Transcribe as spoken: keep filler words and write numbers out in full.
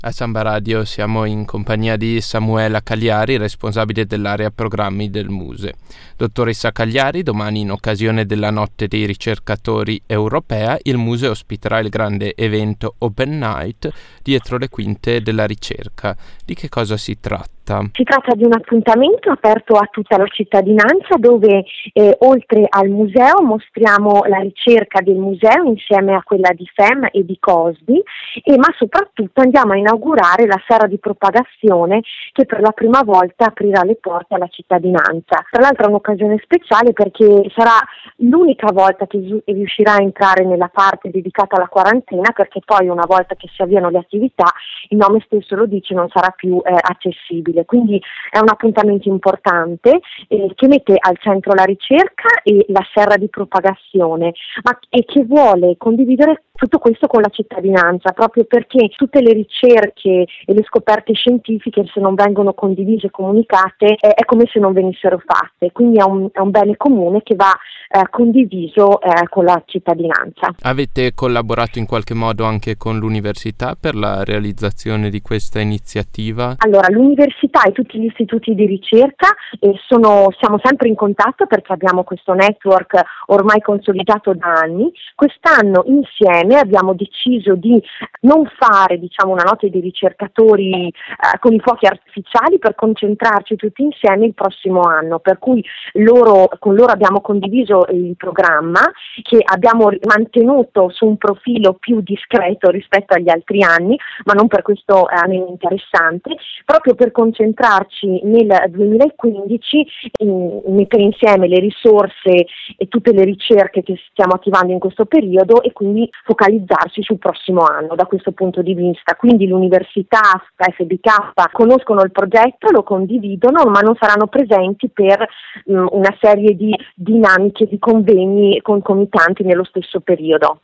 A Samba Radio siamo in compagnia di Samuela Cagliari, responsabile dell'area programmi del Muse. Dottoressa Cagliari, domani in occasione della Notte dei Ricercatori Europea, il Muse ospiterà il grande evento Open Night dietro le quinte della ricerca. Di che cosa si tratta? Si tratta di un appuntamento aperto a tutta la cittadinanza dove eh, oltre al museo mostriamo la ricerca del museo insieme a quella di F E M e di COSBI, e, ma soprattutto andiamo a inaugurare la sera di propagazione che per la prima volta aprirà le porte alla cittadinanza. Tra l'altro è un'occasione speciale perché sarà l'unica volta che riuscirà a entrare nella parte dedicata alla quarantena, perché poi una volta che si avviano le attività il nome stesso lo dice, non sarà più eh, accessibile. Quindi è un appuntamento importante eh, che mette al centro la ricerca e la serra di propagazione, ma e che vuole condividere tutto questo con la cittadinanza, proprio perché tutte le ricerche e le scoperte scientifiche, se non vengono condivise e comunicate, eh, è come se non venissero fatte. Quindi è un, è un bene comune che va eh, condiviso eh, con la cittadinanza. Avete collaborato in qualche modo anche con l'università per la realizzazione di questa iniziativa? Allora, l'università e tutti gli istituti di ricerca eh, sono, siamo sempre in contatto perché abbiamo questo network ormai consolidato da anni. Quest'anno insieme abbiamo deciso di non fare, diciamo, una notte dei ricercatori eh, con i fuochi artificiali, per concentrarci tutti insieme il prossimo anno, per cui loro, con loro abbiamo condiviso il programma, che abbiamo mantenuto su un profilo più discreto rispetto agli altri anni, ma non per questo è meno interessante, proprio per concentrarci nel duemilaquindici, in, mettere insieme le risorse e tutte le ricerche che stiamo attivando in questo periodo e quindi focalizzarsi sul prossimo anno da questo punto di vista. Quindi l'università, F B K, conoscono il progetto, lo condividono, ma non saranno presenti per mh, una serie di dinamiche, di convegni concomitanti nello stesso periodo.